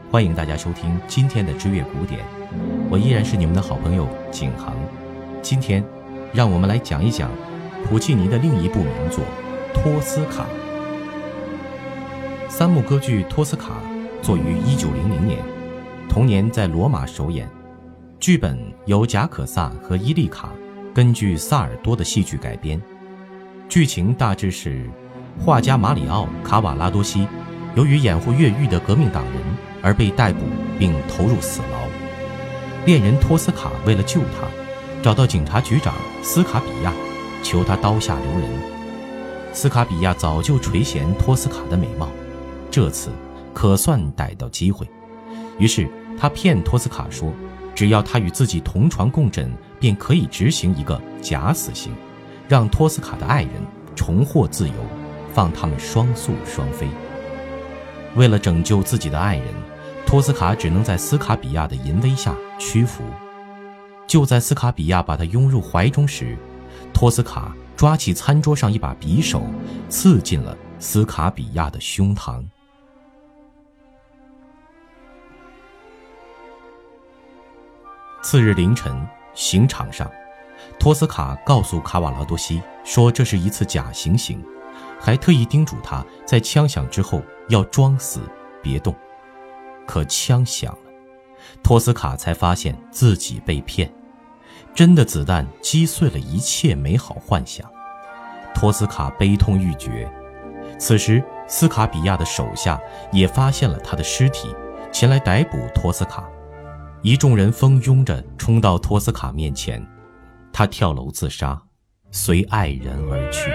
欢迎大家收听今天的知乐古典，我依然是你们的好朋友景航。今天让我们来讲一讲普契尼的另一部名作《托斯卡》。三幕歌剧《托斯卡》作于1900年，同年在罗马首演。剧本由贾可萨和伊利卡根据萨尔多的戏剧改编。剧情大致是，画家马里奥·卡瓦拉多西由于掩护越狱的革命党人而被逮捕并投入死牢。恋人托斯卡为了救他，找到警察局长斯卡比亚，求他刀下留人。斯卡比亚早就垂涎托斯卡的美貌，这次可算逮到机会。于是他骗托斯卡说，只要他与自己同床共枕，便可以执行一个假死刑，让托斯卡的爱人重获自由，放他们双宿双飞。为了拯救自己的爱人，托斯卡只能在斯卡比亚的淫威下屈服。就在斯卡比亚把他拥入怀中时，托斯卡抓起餐桌上一把匕首，刺进了斯卡比亚的胸膛。次日凌晨，刑场上，托斯卡告诉卡瓦拉多西说这是一次假行刑，还特意叮嘱他在枪响之后要装死别动。可枪响了，托斯卡才发现自己被骗，真的子弹击碎了一切美好幻想。托斯卡悲痛欲绝。此时斯卡比亚的手下也发现了他的尸体，前来逮捕托斯卡。一众人蜂拥着冲到托斯卡面前，他跳楼自杀，随爱人而去。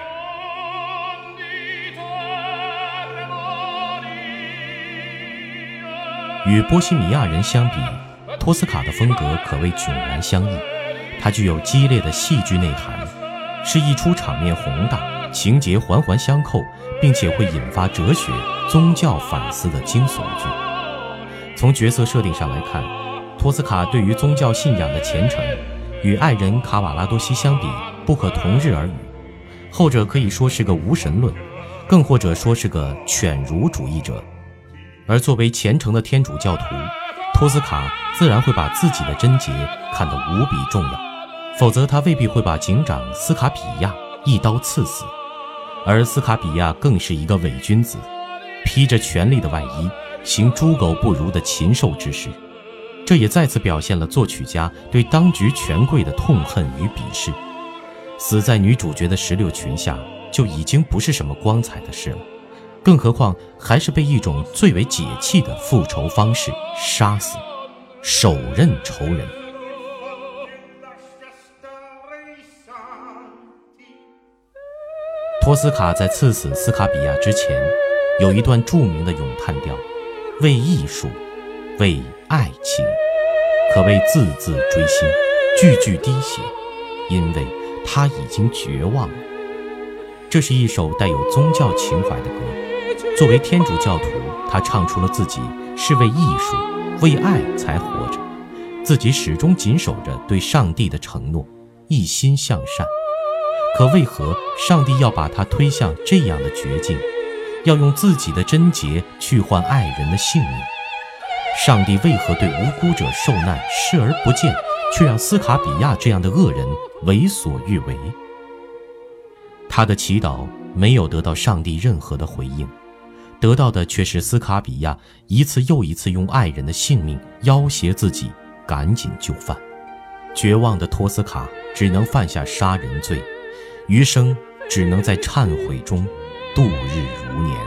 与波西米亚人相比，托斯卡的风格可谓迥然相异。它具有激烈的戏剧内涵，是一出场面宏大、情节环环相扣，并且会引发哲学、宗教反思的惊悚剧。从角色设定上来看，托斯卡对于宗教信仰的虔诚与爱人卡瓦拉多西相比不可同日而语，后者可以说是个无神论，更或者说是个犬儒主义者。而作为虔诚的天主教徒，托斯卡自然会把自己的贞洁看得无比重要，否则他未必会把警长斯卡比亚一刀刺死。而斯卡比亚更是一个伪君子，披着权力的外衣，行猪狗不如的禽兽之事。这也再次表现了作曲家对当局权贵的痛恨与鄙视。死在女主角的石榴裙下就已经不是什么光彩的事了，更何况还是被一种最为解气的复仇方式杀死，手刃仇人。托斯卡在刺死斯卡比亚之前，有一段著名的咏叹调，为艺术，为爱情，可谓字字锥心，句句滴血，因为他已经绝望了。这是一首带有宗教情怀的歌，作为天主教徒，他唱出了自己是为艺术、为爱才活着，自己始终谨守着对上帝的承诺，一心向善。可为何上帝要把他推向这样的绝境，要用自己的贞洁去换爱人的性命？上帝为何对无辜者受难视而不见，却让斯卡比亚这样的恶人为所欲为？他的祈祷没有得到上帝任何的回应，得到的却是斯卡比亚一次又一次用爱人的性命要挟自己，赶紧就范。绝望的托斯卡只能犯下杀人罪，余生只能在忏悔中度日如年。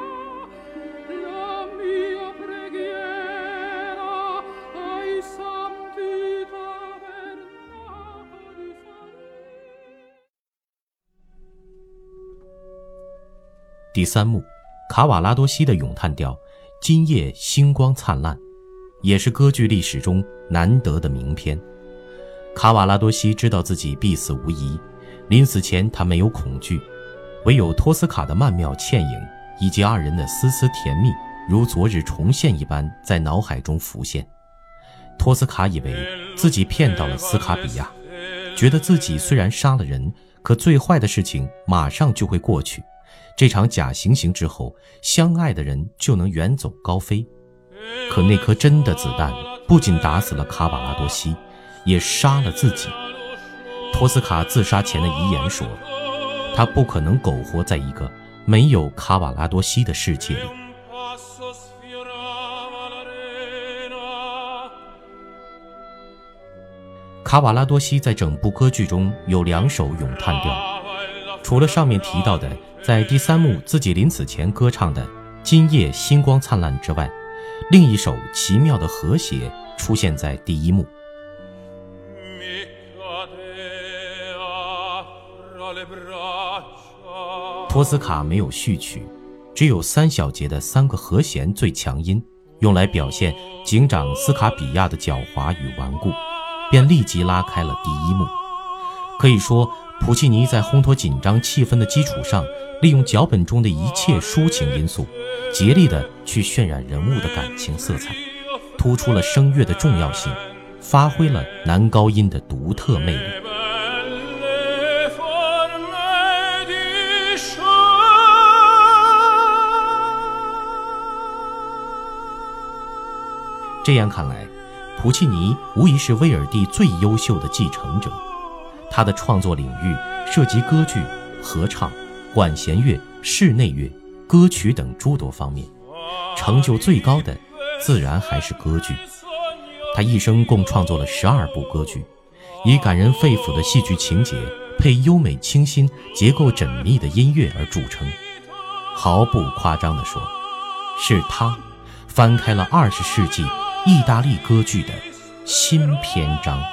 第三幕，卡瓦拉多西的咏叹调《今夜星光灿烂》，也是歌剧历史中难得的名篇。卡瓦拉多西知道自己必死无疑，临死前他没有恐惧，唯有托斯卡的曼妙倩影以及二人的丝丝甜蜜，如昨日重现一般在脑海中浮现。托斯卡以为自己骗到了斯卡比亚，觉得自己虽然杀了人，可最坏的事情马上就会过去，这场假行刑之后，相爱的人就能远走高飞。 可那颗真的子弹不仅打死了卡瓦拉多西，也杀了自己。托斯卡自杀前的遗言说，他不可能苟活在一个没有卡瓦拉多西的世界里。卡瓦拉多西在整部歌剧中有2首咏叹调，除了上面提到的在第3幕自己临死前歌唱的今夜星光灿烂之外，另一首奇妙的和谐出现在第1幕。托斯卡没有序曲，只有3小节的3个和弦最强音，用来表现警长斯卡比亚的狡猾与顽固，便立即拉开了第1幕。可以说，普契尼在烘托紧张气氛的基础上，利用脚本中的一切抒情因素，竭力地去渲染人物的感情色彩，突出了声乐的重要性，发挥了男高音的独特魅力。这样看来，普契尼无疑是威尔第最优秀的继承者。他的创作领域涉及歌剧、合唱、管弦乐、室内乐、歌曲等诸多方面，成就最高的自然还是歌剧。他一生共创作了12部歌剧，以感人肺腑的戏剧情节配优美清新、结构缜密的音乐而著称。毫不夸张地说，是他翻开了20世纪意大利歌剧的新篇章。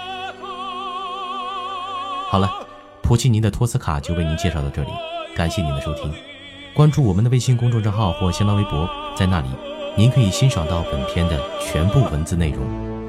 好了，普契尼的托斯卡就为您介绍到这里，感谢您的收听。关注我们的微信公众账号或新浪微博，在那里您可以欣赏到本片的全部文字内容。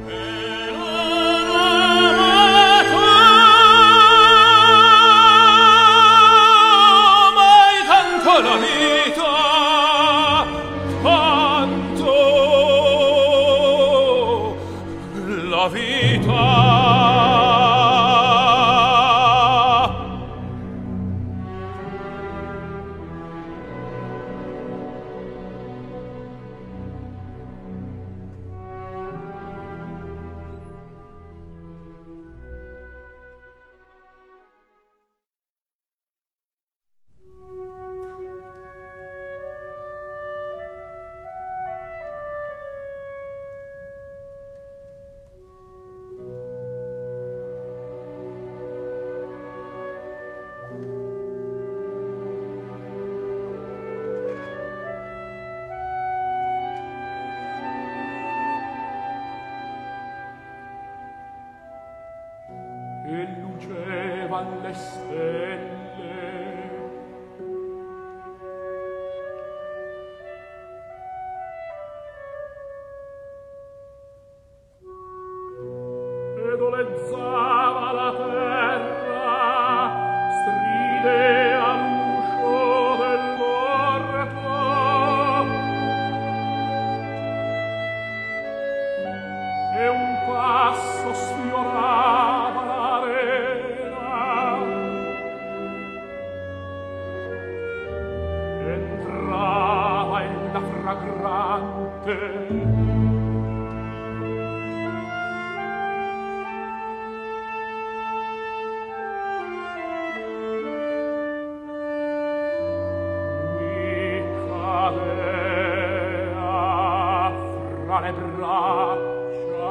E lucevan le stelle ed olezzava la terra stridea l'uscio dell'orto e un passo sfiorava l'arena, entrava ella fragrante mi cadea fra le braccia.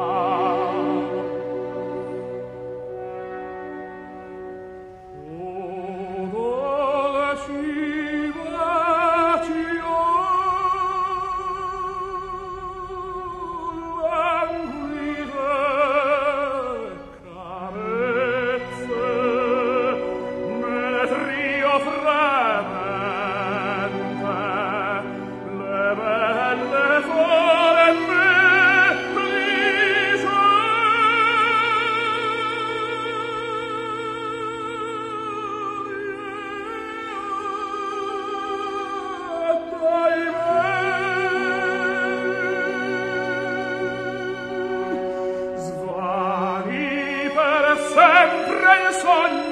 Sempre il sogno